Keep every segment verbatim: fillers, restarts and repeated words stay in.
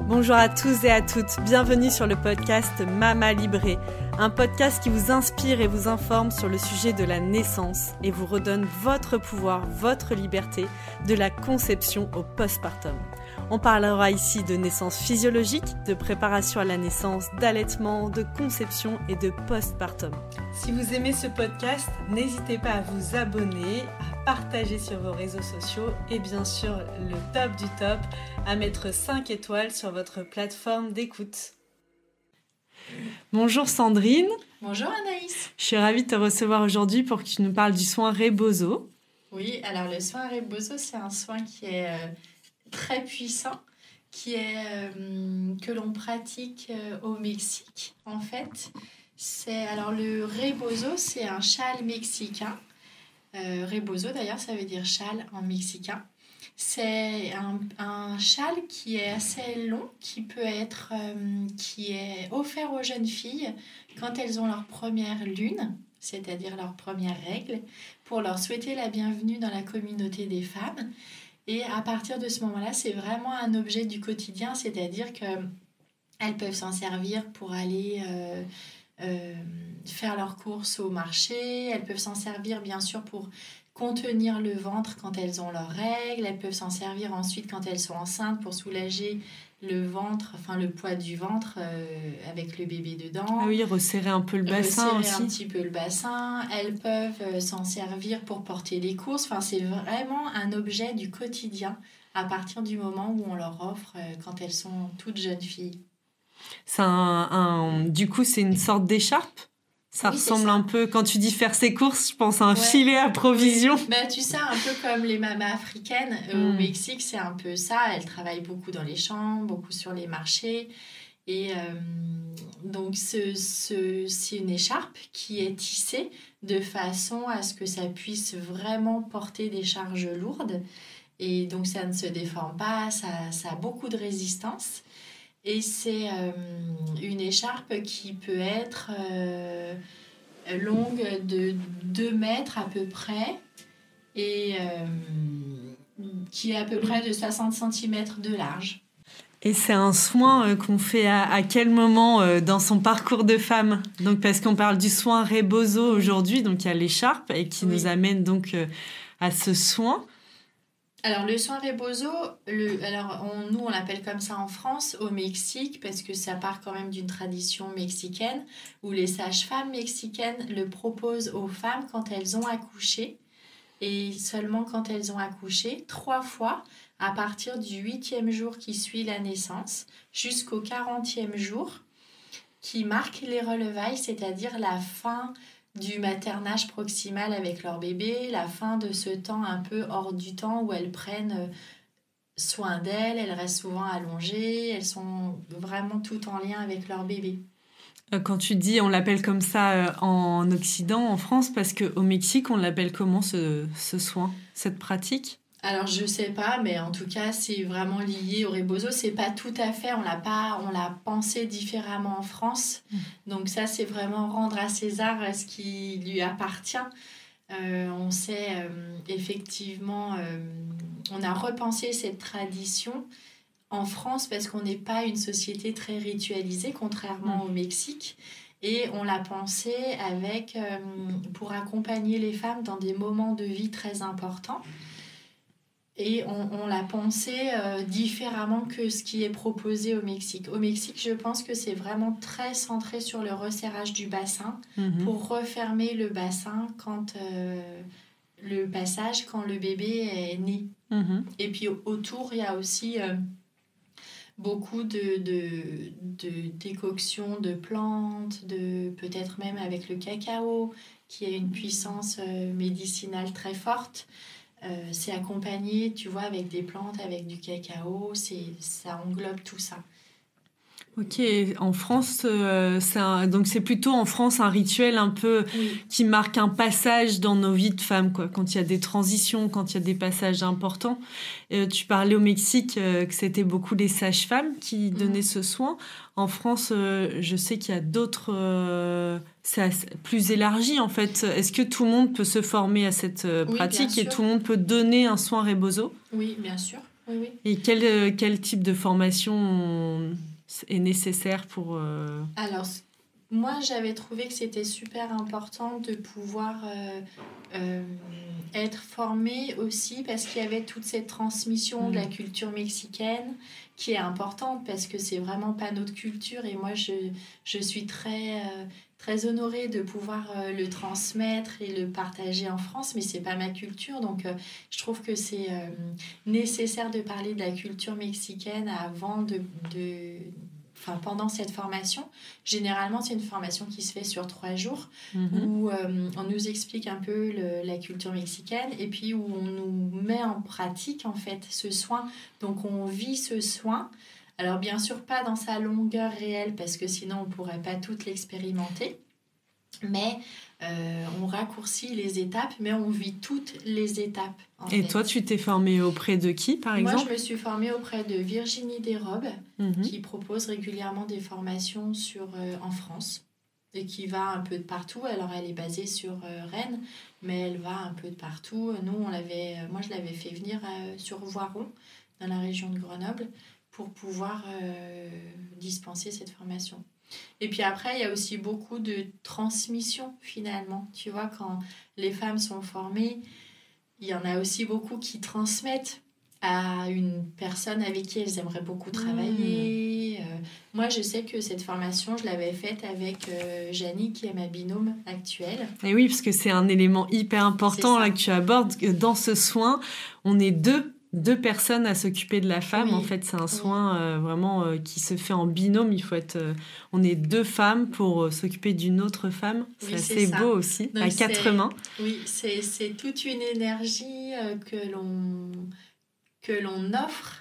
Bonjour à tous et à toutes, bienvenue sur le podcast Mama Librée, un podcast qui vous inspire et vous informe sur le sujet de la naissance et vous redonne votre pouvoir, votre liberté, de la conception au postpartum. On parlera ici de naissance physiologique, de préparation à la naissance, d'allaitement, de conception et de postpartum. Si vous aimez ce podcast, n'hésitez pas à vous abonner, à partager sur vos réseaux sociaux et bien sûr, le top du top, à mettre cinq étoiles sur votre plateforme d'écoute. Bonjour Sandrine. Bonjour Anaïs. Je suis ravie de te recevoir aujourd'hui pour que tu nous parles du soin Rebozo. Oui, alors le soin Rebozo, c'est un soin qui est euh, très puissant, qui est, euh, que l'on pratique euh, au Mexique en fait. C'est, alors le Rebozo, c'est un châle mexicain. Euh, Rebozo d'ailleurs, ça veut dire châle en mexicain. C'est un, un châle qui est assez long, qui peut être, euh, qui est offert aux jeunes filles quand elles ont leur première lune, c'est-à-dire leur première règle, pour leur souhaiter la bienvenue dans la communauté des femmes. Et à partir de ce moment-là, c'est vraiment un objet du quotidien, c'est-à-dire qu'elles peuvent s'en servir pour aller euh, euh, faire leurs courses au marché, elles peuvent s'en servir bien sûr pour contenir le ventre quand elles ont leurs règles, elles peuvent s'en servir ensuite quand elles sont enceintes pour soulager le ventre, enfin le poids du ventre euh, avec le bébé dedans. Ah oui, resserrer un peu le bassin resserrer aussi. un petit peu le bassin. Elles peuvent euh, s'en servir pour porter les courses. Enfin, c'est vraiment un objet du quotidien à partir du moment où on leur offre euh, quand elles sont toutes jeunes filles. C'est un, un, du coup, c'est une sorte d'écharpe. Ça oui, ressemble ça. un peu, quand tu dis faire ses courses, je pense à un ouais. filet à provision. Bah, tu sais, un peu comme les mamas africaines. Euh, mm. Au Mexique, c'est un peu ça. Elles travaillent beaucoup dans les champs, beaucoup sur les marchés. Et euh, donc, ce, ce, c'est une écharpe qui est tissée de façon à ce que ça puisse vraiment porter des charges lourdes. Et donc, ça ne se déforme pas, ça, ça a beaucoup de résistance. Et c'est euh, une écharpe qui peut être euh, longue de deux mètres à peu près et euh, qui est à peu près de soixante centimètres de large. Et c'est un soin euh, qu'on fait à, à quel moment euh, dans son parcours de femme? Donc, parce qu'on parle du soin Rebozo aujourd'hui, donc il y a l'écharpe et qui oui. nous amène donc euh, à ce soin. Alors, le soin Rebozo, le, alors on, nous, on l'appelle comme ça en France, au Mexique, parce que ça part quand même d'une tradition mexicaine, où les sages-femmes mexicaines le proposent aux femmes quand elles ont accouché, et seulement quand elles ont accouché, trois fois, à partir du huitième jour qui suit la naissance, jusqu'au quarantième jour, qui marque les relevailles, c'est-à-dire la fin du maternage proximal avec leur bébé, la fin de ce temps un peu hors du temps où elles prennent soin d'elles, elles restent souvent allongées, elles sont vraiment toutes en lien avec leur bébé. Quand tu dis on l'appelle comme ça en Occident, en France, parce qu'au Mexique, on l'appelle comment ce, ce soin, cette pratique ? Alors, je sais pas, mais en tout cas, c'est vraiment lié au Rebozo. C'est pas tout à fait, on l'a pas, on l'a pensé différemment en France. Mmh. Donc ça, c'est vraiment rendre à César ce qui lui appartient. Euh, on sait euh, effectivement, euh, on a repensé cette tradition en France parce qu'on n'est pas une société très ritualisée, contrairement mmh. au Mexique. Et on l'a pensé avec, euh, pour accompagner les femmes dans des moments de vie très importants. Et on, on l'a pensé euh, différemment que ce qui est proposé au Mexique. Au Mexique, je pense que c'est vraiment très centré sur le resserrage du bassin mmh. pour refermer le bassin quand euh, le passage, quand le bébé est né. Mmh. Et puis autour, il y a aussi euh, beaucoup de, de, de décoctions de plantes, de, peut-être même avec le cacao, qui a une puissance euh, médicinale très forte. Euh, c'est accompagné, tu vois, avec des plantes, avec du cacao, c'est, ça englobe tout ça. Ok, en France, euh, c'est un, donc c'est plutôt en France un rituel un peu oui. qui marque un passage dans nos vies de femmes, quoi. Quand il y a des transitions, quand il y a des passages importants. Euh, tu parlais au Mexique euh, que c'était beaucoup les sages-femmes qui donnaient mmh. ce soin. En France, euh, je sais qu'il y a d'autres... Euh, c'est plus élargi en fait. Est-ce que tout le monde peut se former à cette euh, oui, pratique et sûr. tout le monde peut donner un soin Rebozo ? Oui, bien sûr. oui, oui. Et quel, quel type de formation est nécessaire pour... Euh... Alors, moi, j'avais trouvé que c'était super important de pouvoir euh, euh, être formée aussi parce qu'il y avait toute cette transmission mmh. de la culture mexicaine qui est importante parce que c'est vraiment pas notre culture et moi, je, je suis très... Euh, très honorée de pouvoir euh, le transmettre et le partager en France, mais c'est pas ma culture, donc euh, je trouve que c'est euh, nécessaire de parler de la culture mexicaine avant de, de, enfin pendant cette formation. Généralement, c'est une formation qui se fait sur trois jours mm-hmm. où euh, on nous explique un peu le, la culture mexicaine et puis où on nous met en pratique en fait ce soin. Donc on vit ce soin. Alors bien sûr pas dans sa longueur réelle parce que sinon on ne pourrait pas toutes l'expérimenter, mais euh, on raccourcit les étapes, mais on vit toutes les étapes. En Et fait. toi, tu t'es formée auprès de qui, par exemple ? Moi, je me suis formée auprès de Virginie Desrobes, mm-hmm. qui propose régulièrement des formations sur, euh, en France et qui va un peu de partout. Alors elle est basée sur euh, Rennes, mais elle va un peu de partout. Nous, on l'avait, moi je l'avais fait venir euh, sur Voiron, dans la région de Grenoble, pour pouvoir euh, dispenser cette formation. Et puis après, il y a aussi beaucoup de transmission, finalement. Tu vois, quand les femmes sont formées, il y en a aussi beaucoup qui transmettent à une personne avec qui elles aimeraient beaucoup travailler. Mmh. Euh, moi, je sais que cette formation, je l'avais faite avec euh, Janie, qui est ma binôme actuelle. Et oui, parce que c'est un élément hyper important là, que tu abordes. Dans ce soin, on est deux deux personnes à s'occuper de la femme. Oui. En fait, c'est un soin oui. euh, vraiment euh, qui se fait en binôme. Il faut être, euh, on est deux femmes pour euh, s'occuper d'une autre femme. C'est oui, assez c'est beau aussi, donc à c'est, quatre mains. Oui, c'est, c'est toute une énergie euh, que l'on, que l'on offre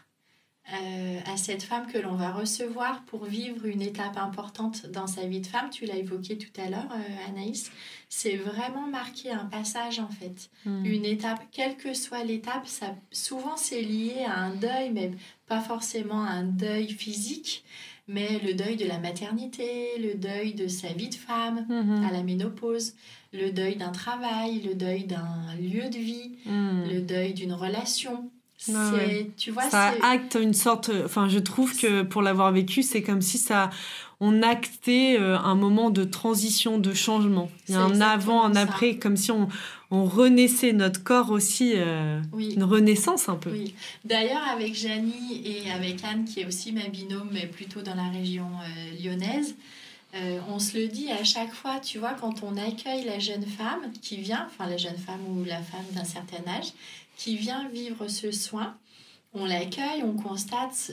euh, à cette femme que l'on va recevoir pour vivre une étape importante dans sa vie de femme. Tu l'as évoqué tout à l'heure, euh, Anaïs. C'est vraiment marquer un passage, en fait. Mmh. Une étape, quelle que soit l'étape, ça, souvent c'est lié à un deuil, mais pas forcément un deuil physique, mais le deuil de la maternité, le deuil de sa vie de femme mmh. à la ménopause, le deuil d'un travail, le deuil d'un lieu de vie, mmh. le deuil d'une relation. C'est, ouais. tu vois, ça c'est... acte une sorte, enfin je trouve que pour l'avoir vécu, c'est comme si ça on actait euh, un moment de transition, de changement. Il y a c'est un avant, un après, ça. Comme si on, on renaissait notre corps aussi, euh, oui. une renaissance un peu. Oui. D'ailleurs, avec Janie et avec Anne, qui est aussi ma binôme, mais plutôt dans la région euh, lyonnaise, euh, on se le dit à chaque fois, tu vois, quand on accueille la jeune femme qui vient, enfin la jeune femme ou la femme d'un certain âge, qui vient vivre ce soin, on l'accueille, on constate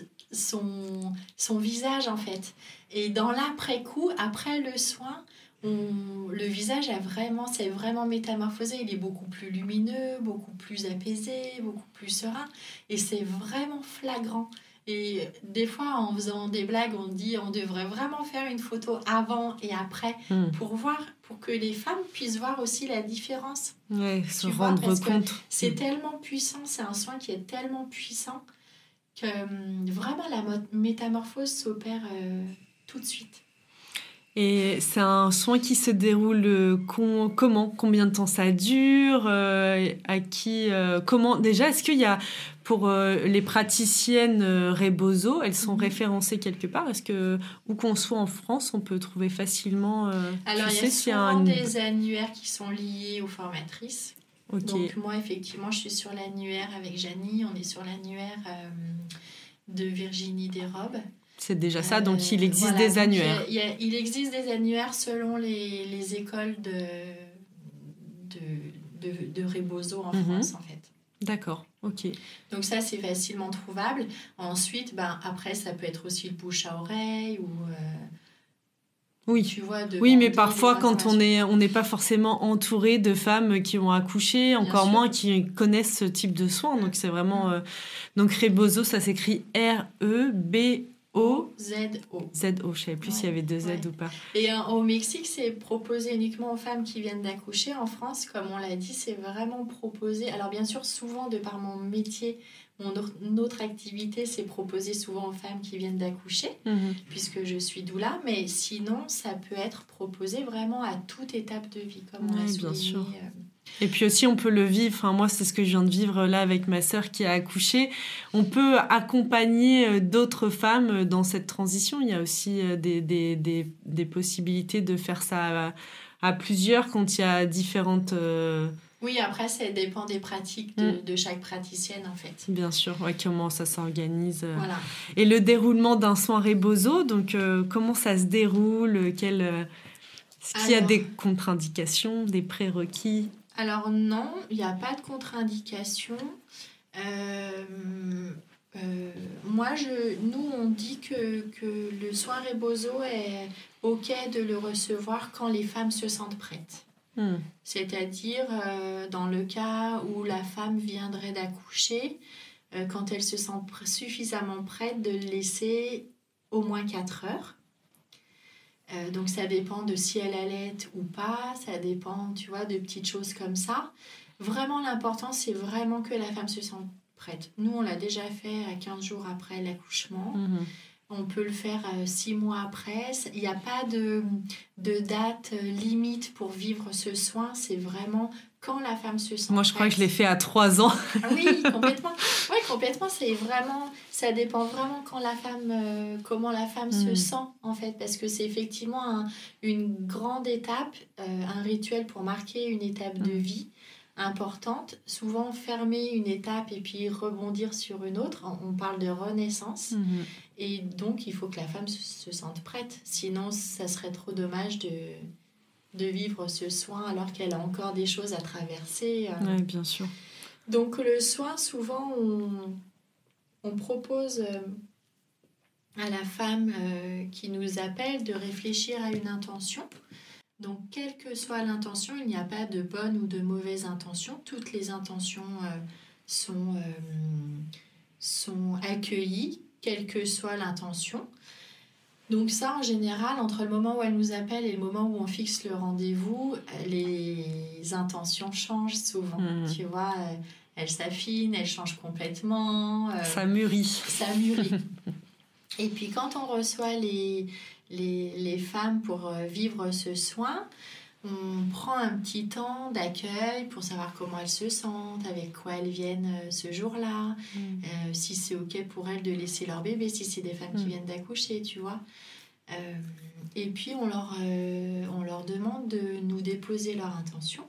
son, son visage en fait. Et dans l'après-coup, après le soin, on, le visage a vraiment, s'est vraiment métamorphosé. Il est beaucoup plus lumineux, beaucoup plus apaisé, beaucoup plus serein. Et c'est vraiment flagrant. Et des fois, en faisant des blagues, on dit on devrait vraiment faire une photo avant et après mmh. pour voir, pour que les femmes puissent voir aussi la différence. Ouais, se rendre vois, compte. C'est mmh. tellement puissant, c'est un soin qui est tellement puissant que hum, vraiment la métamorphose s'opère euh, tout de suite. Et c'est un soin qui se déroule con, comment ? Combien de temps ça dure ? euh, À qui euh, Comment ? Déjà, est-ce qu'il y a pour euh, les praticiennes euh, Rebozo, elles sont mmh. référencées quelque part ? Est-ce que où qu'on soit en France, on peut trouver facilement euh, Alors il y a souvent un... des annuaires qui sont liés aux formatrices. Okay. Donc moi effectivement, je suis sur l'annuaire avec Janie. On est sur l'annuaire euh, de Virginie Desrobes. C'est déjà ça, donc il existe euh, voilà, des annuaires. Il, y a, il, y a, il existe des annuaires selon les, les écoles de, de, de, de Rebozo en mm-hmm. France, en fait. D'accord, ok. Donc ça, c'est facilement trouvable. Ensuite, ben, après, ça peut être aussi le bouche à oreille ou... Euh, oui, tu vois, oui, mais parfois, quand on n'est on n'est pas forcément entouré de femmes qui ont accouché, encore moins qui connaissent ce type de soins. Donc, c'est vraiment... Mm-hmm. Euh, donc, Rebozo, ça s'écrit R E B O Z O. Z O, je ne savais plus ouais, s'il y avait deux Z ouais. ou pas. Et euh, au Mexique, c'est proposé uniquement aux femmes qui viennent d'accoucher. En France, comme on l'a dit, c'est vraiment proposé. Alors bien sûr, souvent, de par mon métier, mon autre activité, c'est proposé souvent aux femmes qui viennent d'accoucher, mmh. puisque je suis doula. Mais sinon, ça peut être proposé vraiment à toute étape de vie, comme on ouais, l'a souligné. Bien sûr. Et puis aussi, on peut le vivre. Enfin, moi, c'est ce que je viens de vivre là avec ma sœur qui a accouché. On peut accompagner d'autres femmes dans cette transition. Il y a aussi des, des, des, des possibilités de faire ça à, à plusieurs quand il y a différentes... Euh... Oui, après, ça dépend des pratiques de, mmh. de chaque praticienne, en fait. Bien sûr, ouais, comment ça s'organise. Voilà. Et le déroulement d'un soin Rebozo, donc euh, comment ça se déroule? Quel, euh, Est-ce qu'il Alors... y a des contre-indications, des prérequis? Alors non, il n'y a pas de contre-indication. Euh, euh, moi, je, nous, on dit que, que le soin Rebozo est OK de le recevoir quand les femmes se sentent prêtes. Hmm. C'est-à-dire euh, dans le cas où la femme viendrait d'accoucher, euh, quand elle se sent pr- suffisamment prête, de le laisser au moins quatre heures. Euh, donc ça dépend de si elle allait ou pas, ça dépend, tu vois, de petites choses comme ça. Vraiment, l'important, c'est vraiment que la femme se sente prête. Nous, on l'a déjà fait à quinze jours après l'accouchement. Mmh. On peut le faire euh, six mois après. Il n'y a pas de, de date euh, limite pour vivre ce soin. C'est vraiment quand la femme se sent Moi, je prête. crois que je l'ai fait à trois ans. Ah oui, complètement. Oui, complètement. C'est vraiment... Ça dépend vraiment quand la femme, euh, comment la femme mmh. se sent, en fait. Parce que c'est effectivement un, une grande étape, euh, un rituel pour marquer une étape mmh. de vie importante. Souvent, fermer une étape et puis rebondir sur une autre. On parle de renaissance. Mmh. Et donc, il faut que la femme se, se sente prête. Sinon, ça serait trop dommage de... de vivre ce soin alors qu'elle a encore des choses à traverser. Oui, bien sûr. Donc le soin, souvent, on, on propose à la femme euh, qui nous appelle de réfléchir à une intention. Donc, quelle que soit l'intention, il n'y a pas de bonne ou de mauvaise intention. Toutes les intentions euh, sont, euh, sont accueillies, quelle que soit l'intention. Donc ça, en général, entre le moment où elle nous appelle et le moment où on fixe le rendez-vous, les intentions changent souvent. Mmh. Tu vois, elles s'affinent, elles changent complètement. Euh, ça mûrit. Ça mûrit. Et puis quand on reçoit les, les, les femmes pour vivre ce soin, on prend un petit temps d'accueil pour savoir comment elles se sentent, avec quoi elles viennent ce jour-là, mmh. euh, si c'est OK pour elles de laisser leur bébé, si c'est des femmes mmh. qui viennent d'accoucher, tu vois. Euh, et puis, on leur, euh, on leur demande de nous déposer leur intention.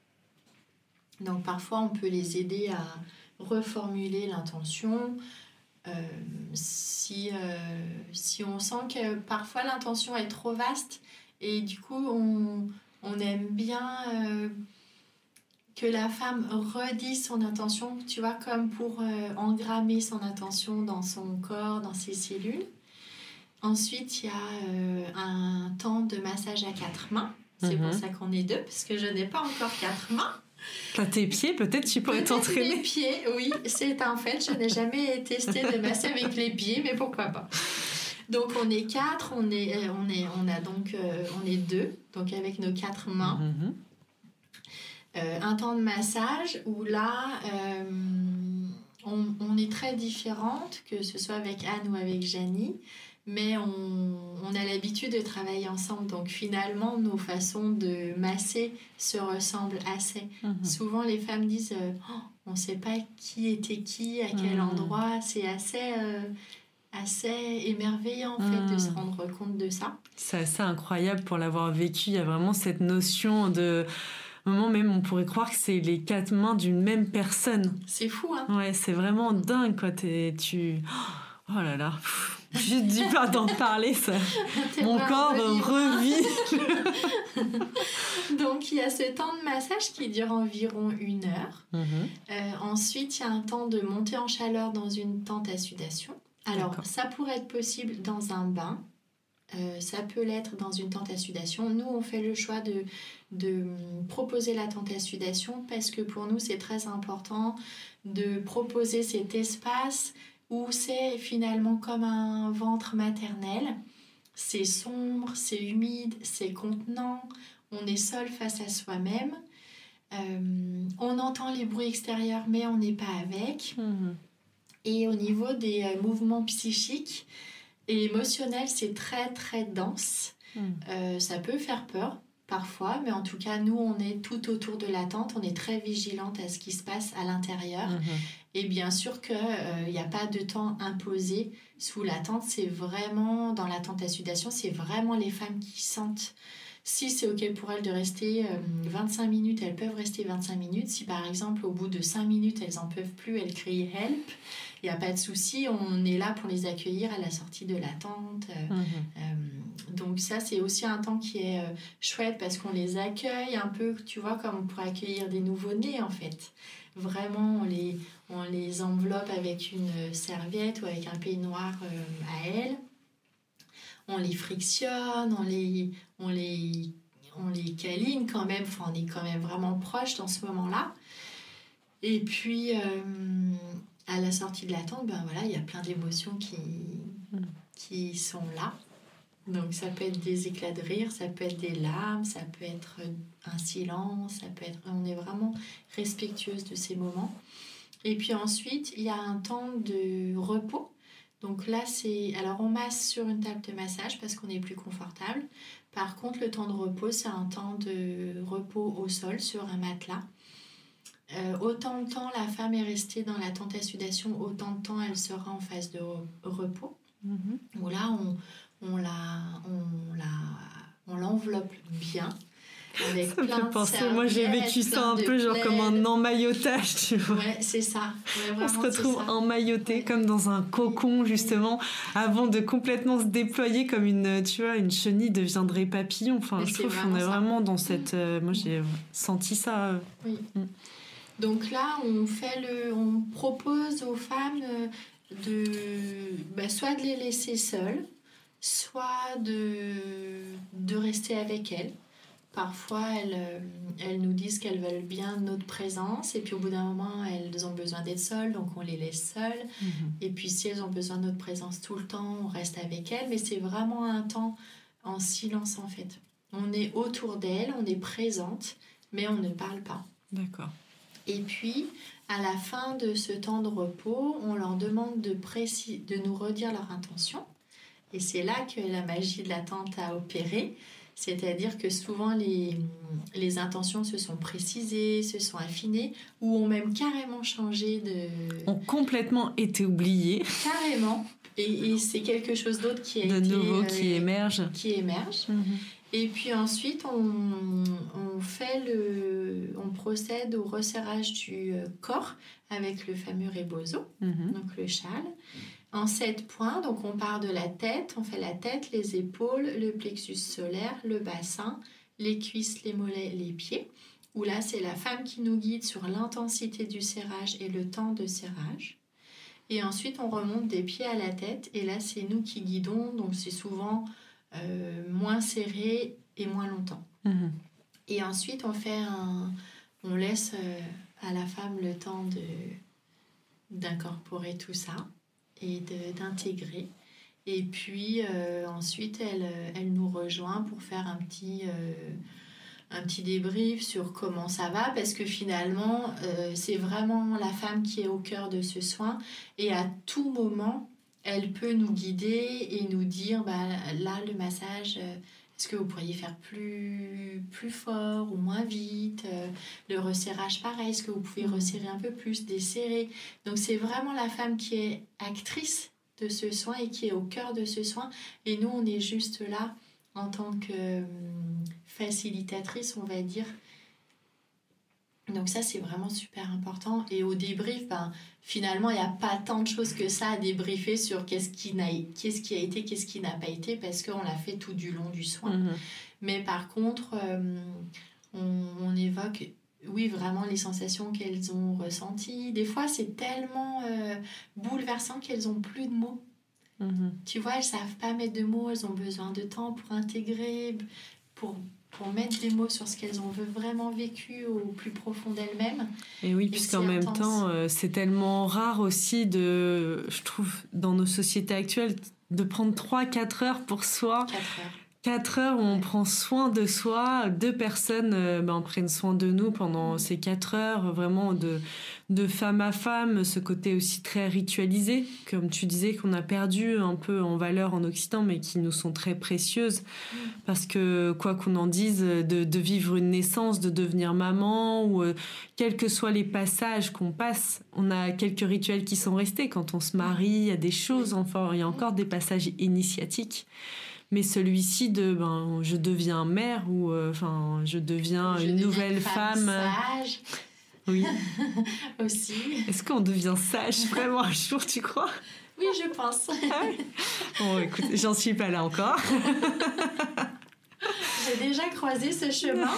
Donc, parfois, on peut les aider à reformuler l'intention. Euh, si, euh, si on sent que parfois l'intention est trop vaste et du coup, on... On aime bien euh, que la femme redise son intention, tu vois, comme pour euh, engrammer son intention dans son corps, dans ses cellules. Ensuite, il y a euh, un temps de massage à quatre mains. C'est mm-hmm. pour ça qu'on est deux, parce que je n'ai pas encore quatre mains. T'as tes pieds, peut-être tu pourrais peut-être t'entraîner. Les pieds, oui, c'est un fait. Je n'ai jamais testé de masser avec les pieds, mais pourquoi pas. Donc on est quatre, on est, on est, on a donc, euh, on est deux, donc avec nos quatre mains. Mm-hmm. Euh, un temps de massage où là, euh, on, on est très différentes, que ce soit avec Anne ou avec Janie, mais on, on a l'habitude de travailler ensemble. Donc finalement, nos façons de masser se ressemblent assez. Mm-hmm. Souvent, les femmes disent euh, oh, on ne sait pas qui était qui, à quel mm-hmm. endroit. C'est assez... Euh, assez émerveillant en fait mmh. de se rendre compte de ça. C'est assez incroyable pour l'avoir vécu. Il y a vraiment cette notion de moment même on pourrait croire que c'est les quatre mains d'une même personne. C'est fou, hein. Ouais, c'est vraiment dingue quoi. T'es, tu oh là là, j'ai du pas d'en parler ça. Mon corps revit. Donc il y a ce temps de massage qui dure environ une heure. Mmh. Euh, ensuite il y a un temps de montée en chaleur dans une tente à sudation. Alors, D'accord. ça pourrait être possible dans un bain, euh, ça peut l'être dans une tente à sudation. Nous, on fait le choix de, de proposer la tente à sudation parce que pour nous, c'est très important de proposer cet espace où c'est finalement comme un ventre maternel. C'est sombre, c'est humide, c'est contenant, on est seul face à soi-même. Euh, on entend les bruits extérieurs, mais on n'est pas avec. Mmh. Et au niveau des euh, mouvements psychiques et émotionnels, c'est très, très dense. Mmh. Euh, ça peut faire peur parfois, mais en tout cas, nous, on est tout autour de la tente, on est très vigilante à ce qui se passe à l'intérieur. Mmh. Et bien sûr qu'il n'y euh, a pas de temps imposé sous la tente, c'est vraiment, dans la tente à sudation, c'est vraiment les femmes qui sentent. Si c'est OK pour elles de rester euh, vingt-cinq minutes, elles peuvent rester vingt-cinq minutes. Si par exemple, au bout de cinq minutes, elles n'en peuvent plus, elles crient « help », il n'y a pas de souci, on est là pour les accueillir à la sortie de la tente. Mmh. Euh, donc ça, c'est aussi un temps qui est euh, chouette parce qu'on les accueille un peu, tu vois, comme on pourrait accueillir des nouveau-nés en fait. Vraiment, on les, on les enveloppe avec une serviette ou avec un peignoir euh, à elles. On les frictionne, on les, on les, on les câline quand même. Enfin, on est quand même vraiment proche dans ce moment-là. Et puis, euh, à la sortie de la tente, ben voilà, il y a plein d'émotions qui, qui sont là. Donc, ça peut être des éclats de rire, ça peut être des larmes, ça peut être un silence, ça peut être... On est vraiment respectueuse de ces moments. Et puis ensuite, il y a un temps de repos. Donc là, c'est... Alors, on masse sur une table de massage parce qu'on est plus confortable. Par contre, le temps de repos, c'est un temps de repos au sol, sur un matelas. Euh, autant de temps la femme est restée dans la tente à sudation, autant de temps elle sera en phase de re- repos. Mm-hmm. Où là, on, on, la, on, la, on l'enveloppe bien. Avec ça me plein fait de penser, moi j'ai vécu ça un peu genre comme un emmaillotage, tu vois. Ouais, c'est ça. Ouais, on se retrouve emmailloté ouais. comme dans un cocon justement, avant de complètement se déployer comme une, tu vois, une chenille deviendrait papillon. Enfin, mais je trouve qu'on est ça. vraiment dans cette... Euh, moi j'ai senti ça. Euh, oui. Mm. Donc là, on, fait le, on propose aux femmes de, bah, soit de les laisser seules, soit de, de rester avec elles. Parfois, elles, elles nous disent qu'elles veulent bien notre présence et puis au bout d'un moment, elles ont besoin d'être seules, donc on les laisse seules. Mmh. Et puis si elles ont besoin de notre présence tout le temps, on reste avec elles. Mais c'est vraiment un temps en silence en fait. On est autour d'elles, on est présente, mais on ne parle pas. D'accord. Et puis, à la fin de ce temps de repos, on leur demande de, précis, de nous redire leur intention. Et c'est là que la magie de la tente a opéré. C'est-à-dire que souvent, les, les intentions se sont précisées, se sont affinées, ou ont même carrément changé de... Ont complètement été oubliées. Carrément. Et, et c'est quelque chose d'autre qui a de été... De nouveau, euh, qui émerge. Qui émerge. Mm-hmm. Et puis ensuite, on, on, fait le, on procède au resserrage du corps avec le fameux rebozo, mm-hmm. donc le châle. En sept points, donc on part de la tête, on fait la tête, les épaules, le plexus solaire, le bassin, les cuisses, les mollets, les pieds. Où là, c'est la femme qui nous guide sur l'intensité du serrage et le temps de serrage. Et ensuite, on remonte des pieds à la tête. Et là, c'est nous qui guidons. Donc, c'est souvent euh, moins serré et moins longtemps. Mmh. Et ensuite, on fait un... On laisse euh, à la femme le temps de, d'incorporer tout ça et de, d'intégrer. Et puis, euh, ensuite, elle, elle nous rejoint pour faire un petit... Euh, un petit débrief sur comment ça va, parce que finalement, euh, c'est vraiment la femme qui est au cœur de ce soin, et à tout moment, elle peut nous guider et nous dire, bah, là, le massage, euh, est-ce que vous pourriez faire plus, plus fort ou moins vite, euh, le resserrage, pareil, est-ce que vous pouvez mmh. resserrer un peu plus, desserrer. Donc, c'est vraiment la femme qui est actrice de ce soin et qui est au cœur de ce soin, et nous, on est juste là en tant que euh, facilitatrice, on va dire. Donc ça, c'est vraiment super important. Et au débrief, ben, finalement, il n'y a pas tant de choses que ça à débriefer sur qu'est-ce qui, n'a, qu'est-ce qui a été, qu'est-ce qui n'a pas été, parce qu'on l'a fait tout du long du soin. Mmh. Mais par contre, euh, on, on évoque, oui, vraiment les sensations qu'elles ont ressenties. Des fois, c'est tellement euh, bouleversant qu'elles n'ont plus de mots. Mmh. Tu vois, elles ne savent pas mettre de mots, elles ont besoin de temps pour intégrer, pour, pour mettre des mots sur ce qu'elles ont vraiment vécu au plus profond d'elles-mêmes. Et oui, puisqu'en même intense. temps, euh, c'est tellement rare aussi, de, je trouve, dans nos sociétés actuelles, de prendre trois à quatre heures pour soi. quatre heures. Quatre heures où on prend soin de soi, deux personnes euh, ben, prennent soin de nous pendant ces quatre heures, vraiment de, de femme à femme, ce côté aussi très ritualisé, comme tu disais, qu'on a perdu un peu en valeur en Occident, mais qui nous sont très précieuses, parce que quoi qu'on en dise, de, de vivre une naissance, de devenir maman, ou euh, quels que soient les passages qu'on passe, on a quelques rituels qui sont restés. Quand on se marie, il y a des choses, enfin, il y a encore des passages initiatiques. Mais celui-ci de ben je deviens mère ou enfin euh, je deviens je une nouvelle femme, femme sage. Oui. Aussi. Est-ce qu'on devient sage vraiment un jour, tu crois? Oui, je pense. Ah oui. Bon, écoute, j'en suis pas là encore. J'ai déjà croisé ce chemin.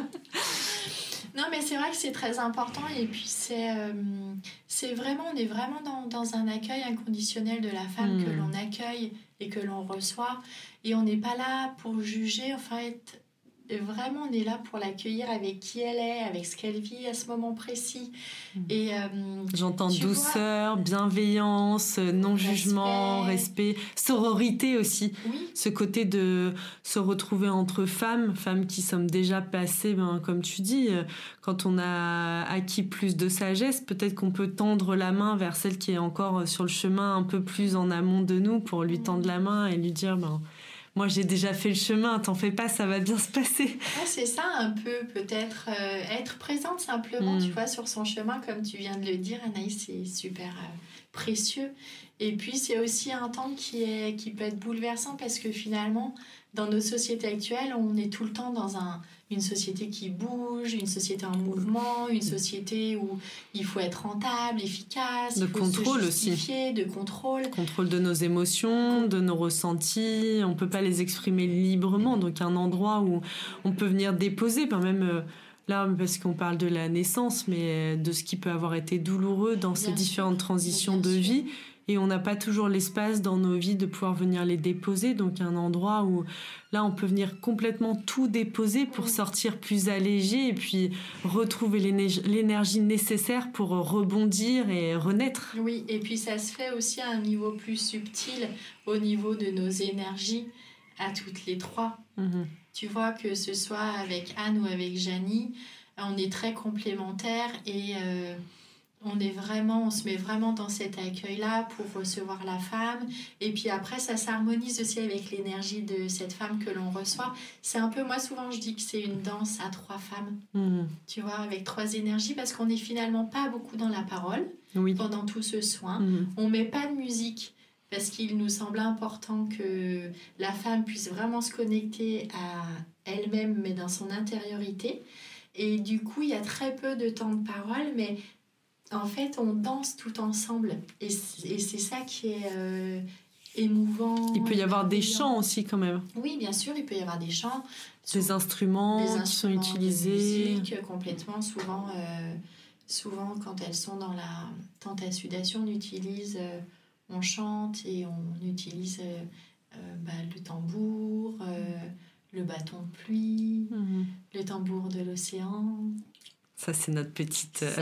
Non, mais c'est vrai que c'est très important et puis c'est, euh, c'est vraiment, on est vraiment dans, dans un accueil inconditionnel de la femme mmh. que l'on accueille et que l'on reçoit et on n'est pas là pour juger, en fait, vraiment on est là pour l'accueillir avec qui elle est, avec ce qu'elle vit à ce moment précis. Mmh. Et, euh, j'entends douceur, vois, bienveillance, non-jugement, respect. respect, sororité aussi. Oui. Ce côté de se retrouver entre femmes, femmes qui sommes déjà passées, ben, comme tu dis, quand on a acquis plus de sagesse, peut-être qu'on peut tendre la main vers celle qui est encore sur le chemin un peu plus en amont de nous pour lui mmh. tendre la main et lui dire... Ben, moi, j'ai déjà fait le chemin, t'en fais pas, ça va bien se passer. Ouais, c'est ça, un peu, peut-être euh, être présente simplement, mmh. tu vois, sur son chemin, comme tu viens de le dire, Anaïs, c'est super euh, précieux. Et puis, c'est aussi un temps qui, est, qui peut être bouleversant parce que finalement, dans nos sociétés actuelles, on est tout le temps dans un, une société qui bouge, une société en mouvement, une société où il faut être rentable, efficace, de il faut contrôle se justifier, aussi. de contrôle. Contrôle de nos émotions, de nos ressentis. On peut pas les exprimer librement. Donc, un endroit où on peut venir déposer, ben même... Euh, là, parce qu'on parle de la naissance, mais de ce qui peut avoir été douloureux dans bien ces sûr, différentes transitions de sûr. vie. Et on n'a pas toujours l'espace dans nos vies de pouvoir venir les déposer. Donc, un endroit où, là, on peut venir complètement tout déposer pour sortir plus allégé et puis retrouver l'énergie nécessaire pour rebondir et renaître. Oui, et puis ça se fait aussi à un niveau plus subtil, au niveau de nos énergies, à toutes les trois. Mmh. Tu vois, que ce soit avec Anne ou avec Janie, on est très complémentaires et... Euh, On est vraiment, on se met vraiment dans cet accueil-là pour recevoir la femme. Et puis après, ça s'harmonise aussi avec l'énergie de cette femme que l'on reçoit. C'est un peu, moi souvent je dis que c'est une danse à trois femmes, mmh. tu vois, avec trois énergies, parce qu'on n'est finalement pas beaucoup dans la parole oui. pendant tout ce soin. Mmh. On ne met pas de musique, parce qu'il nous semble important que la femme puisse vraiment se connecter à elle-même, mais dans son intériorité. Et du coup, il y a très peu de temps de parole, mais... En fait, on danse tout ensemble et c'est, et c'est ça qui est euh, émouvant. Il peut y avoir des chants aussi quand même. Oui, bien sûr, il peut y avoir des chants. Des sou- instruments des qui instruments sont utilisés. De musique, complètement. Souvent, euh, souvent, quand elles sont dans la tentation, on utilise, euh, on chante et on utilise euh, euh, bah, le tambour, euh, le bâton de pluie, mmh. le tambour de l'océan. Ça, c'est notre petite... Euh...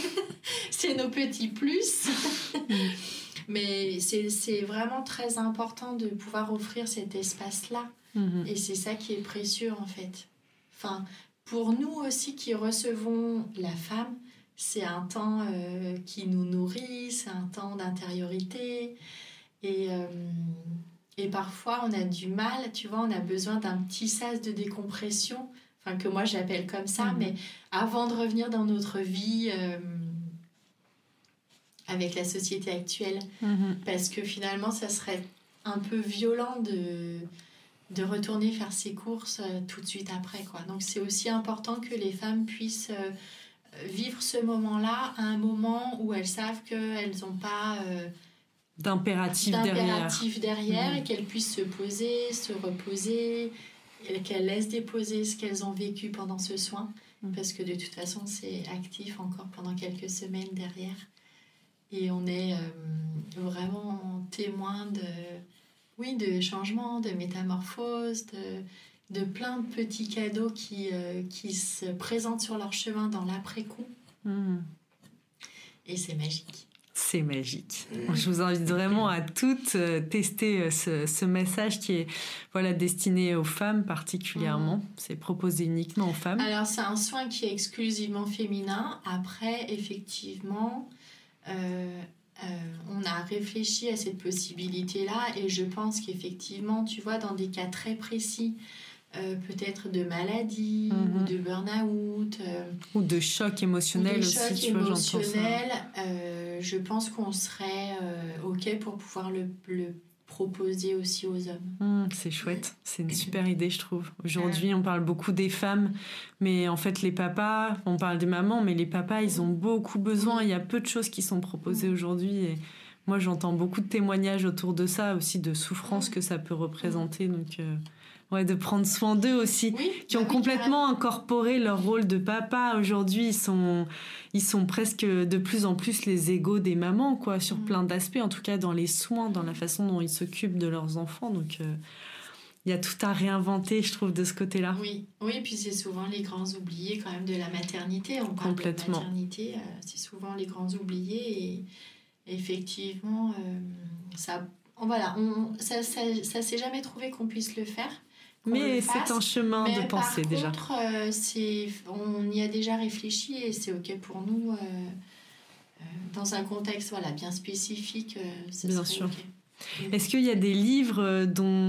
c'est nos petits plus. Mais c'est, c'est vraiment très important de pouvoir offrir cet espace-là. Mm-hmm. Et c'est ça qui est précieux, en fait. Enfin, pour nous aussi qui recevons la femme, c'est un temps euh, qui nous nourrit, c'est un temps d'intériorité. Et, euh, et parfois, on a du mal, tu vois, on a besoin d'un petit sas de décompression, enfin, que moi j'appelle comme ça, mmh. mais avant de revenir dans notre vie euh, avec la société actuelle, mmh. parce que finalement ça serait un peu violent de, de retourner faire ses courses euh, tout de suite après, quoi. Donc c'est aussi important que les femmes puissent euh, vivre ce moment-là à un moment où elles savent qu'elles n'ont pas euh, d'impératif, d'impératif derrière, derrière mmh. et qu'elles puissent se poser, se reposer, et qu'elles laissent déposer ce qu'elles ont vécu pendant ce soin, mmh. parce que de toute façon c'est actif encore pendant quelques semaines derrière et on est euh, vraiment témoin de, oui, de changements, de métamorphoses, de, de plein de petits cadeaux qui, euh, qui se présentent sur leur chemin dans l'après-coup, mmh. et c'est magique. C'est magique. Je vous invite vraiment à toutes euh, tester ce, ce message qui est voilà, destiné aux femmes particulièrement. Mmh. C'est proposé uniquement aux femmes. Alors, c'est un soin qui est exclusivement féminin. Après, effectivement, euh, euh, on a réfléchi à cette possibilité-là et je pense qu'effectivement, tu vois, dans des cas très précis, Euh, peut-être de maladie, mmh. ou de burn-out. Euh, ou de choc émotionnel ou de aussi, choc tu vois, émotionnel, euh, je pense qu'on serait euh, OK pour pouvoir le, le proposer aussi aux hommes. Mmh, c'est chouette, c'est une super idée, je trouve. Aujourd'hui, on parle beaucoup des femmes, mais en fait, les papas, on parle des mamans, mais les papas, ils ont beaucoup besoin. Il y a peu de choses qui sont proposées aujourd'hui et moi, j'entends beaucoup de témoignages autour de ça, aussi de souffrance que ça peut représenter, donc... Euh... Ouais, de prendre soin d'eux aussi, oui, qui ont bah oui, complètement carrément. incorporé leur rôle de papa. Aujourd'hui, ils sont, ils sont presque de plus en plus les égaux des mamans, quoi, sur mmh. plein d'aspects, en tout cas dans les soins, dans la façon dont ils s'occupent de leurs enfants. Donc, il euh, y a tout à réinventer, je trouve, de ce côté-là. Oui, oui, et puis c'est souvent les grands oubliés quand même de la maternité. On parle complètement. de maternité, euh, c'est souvent les grands oubliés. Et effectivement, euh, ça, voilà, on, ça, ça, ça s'est jamais trouvé qu'on puisse le faire. Mais c'est un chemin mais de pensée par déjà. Contre, euh, c'est, on y a déjà réfléchi et c'est OK pour nous. Euh, euh, dans un contexte voilà, bien spécifique, euh, ça bien serait sûr. OK. Est-ce qu'il y a des livres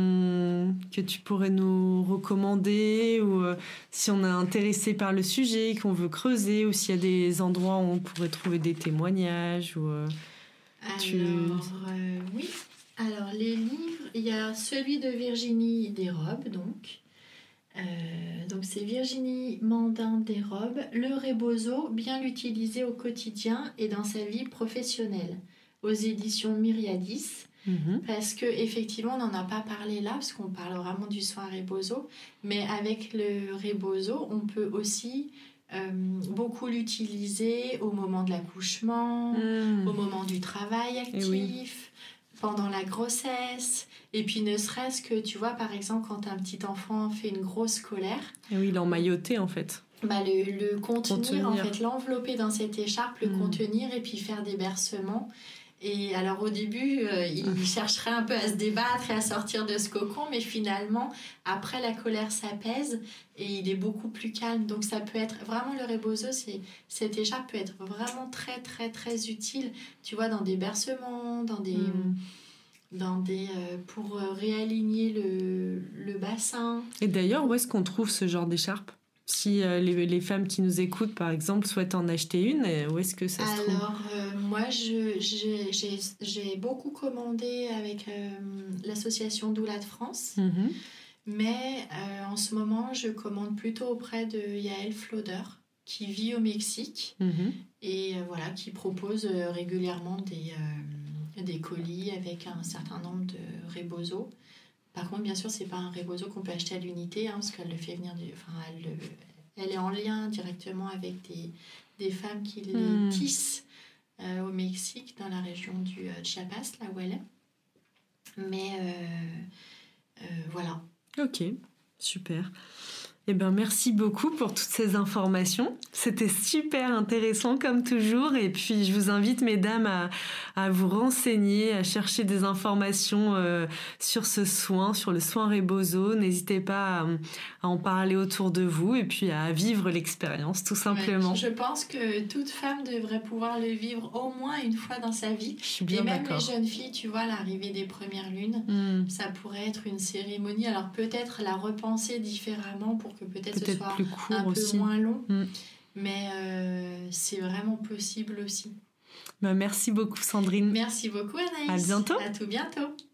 dont, que tu pourrais nous recommander ou euh, si on est intéressé par le sujet, qu'on veut creuser, ou s'il y a des endroits où on pourrait trouver des témoignages ou, euh, Alors, tu... euh, oui. Alors, les livres, il y a celui de Virginie Desrobes, donc. Euh, donc, c'est Virginie Mandin Desrobes, Le Rebozo, bien l'utiliser au quotidien et dans sa vie professionnelle, aux éditions Myriadis. Mmh. Parce qu'effectivement, on n'en a pas parlé là, parce qu'on parle vraiment du soin Rebozo, mais avec le Rebozo, on peut aussi euh, beaucoup l'utiliser au moment de l'accouchement, mmh. au moment du travail actif, oui. pendant la grossesse, et puis ne serait-ce que, tu vois, par exemple, quand un petit enfant fait une grosse colère... Et oui, l'emmailloter, en fait. Bah, le, le contenir, contenir, en fait, l'envelopper dans cette écharpe, le mmh. contenir, et puis faire des bercements. Et alors au début, euh, il chercherait un peu à se débattre et à sortir de ce cocon, mais finalement, après la colère s'apaise et il est beaucoup plus calme. Donc ça peut être vraiment le Rebozo, c'est, cette écharpe peut être vraiment très très très utile. Tu vois, dans des bercements, dans des, mmh. dans des euh, pour réaligner le le bassin. Et d'ailleurs, où est-ce qu'on trouve ce genre d'écharpe ? Si euh, les, les femmes qui nous écoutent, par exemple, souhaitent en acheter une, où est-ce que ça se trouve ? Alors, euh, moi, je, j'ai, j'ai, j'ai beaucoup commandé avec euh, l'association Doula de France. Mmh. Mais euh, en ce moment, je commande plutôt auprès de Yael Floder, qui vit au Mexique. Mmh. Et euh, voilà, qui propose euh, régulièrement des, euh, des colis avec un certain nombre de Rebozo. Par contre, bien sûr, c'est pas un Rebozo qu'on peut acheter à l'unité, hein, parce qu'elle le fait venir du, enfin, elle, elle est en lien directement avec des, des femmes qui les mmh. tissent euh, au Mexique, dans la région du euh, Chiapas, là où elle est. Mais euh, euh, voilà. Ok, super. Eh ben, merci beaucoup pour toutes ces informations. C'était super intéressant comme toujours. Et puis, je vous invite, mesdames, à, à vous renseigner, à chercher des informations euh, sur ce soin, sur le soin Rebozo. N'hésitez pas à, à en parler autour de vous et puis à vivre l'expérience, tout simplement. Ouais, je pense que toute femme devrait pouvoir le vivre au moins une fois dans sa vie. Je suis bien et même d'accord. Les jeunes filles, tu vois, l'arrivée des premières lunes, mmh. ça pourrait être une cérémonie. Alors, peut-être la repenser différemment pour que peut-être, peut-être ce soit plus court un aussi. peu moins long, mmh. mais euh, c'est vraiment possible aussi. Bah, merci beaucoup Sandrine. Merci beaucoup Anaïs. À bientôt. À tout bientôt.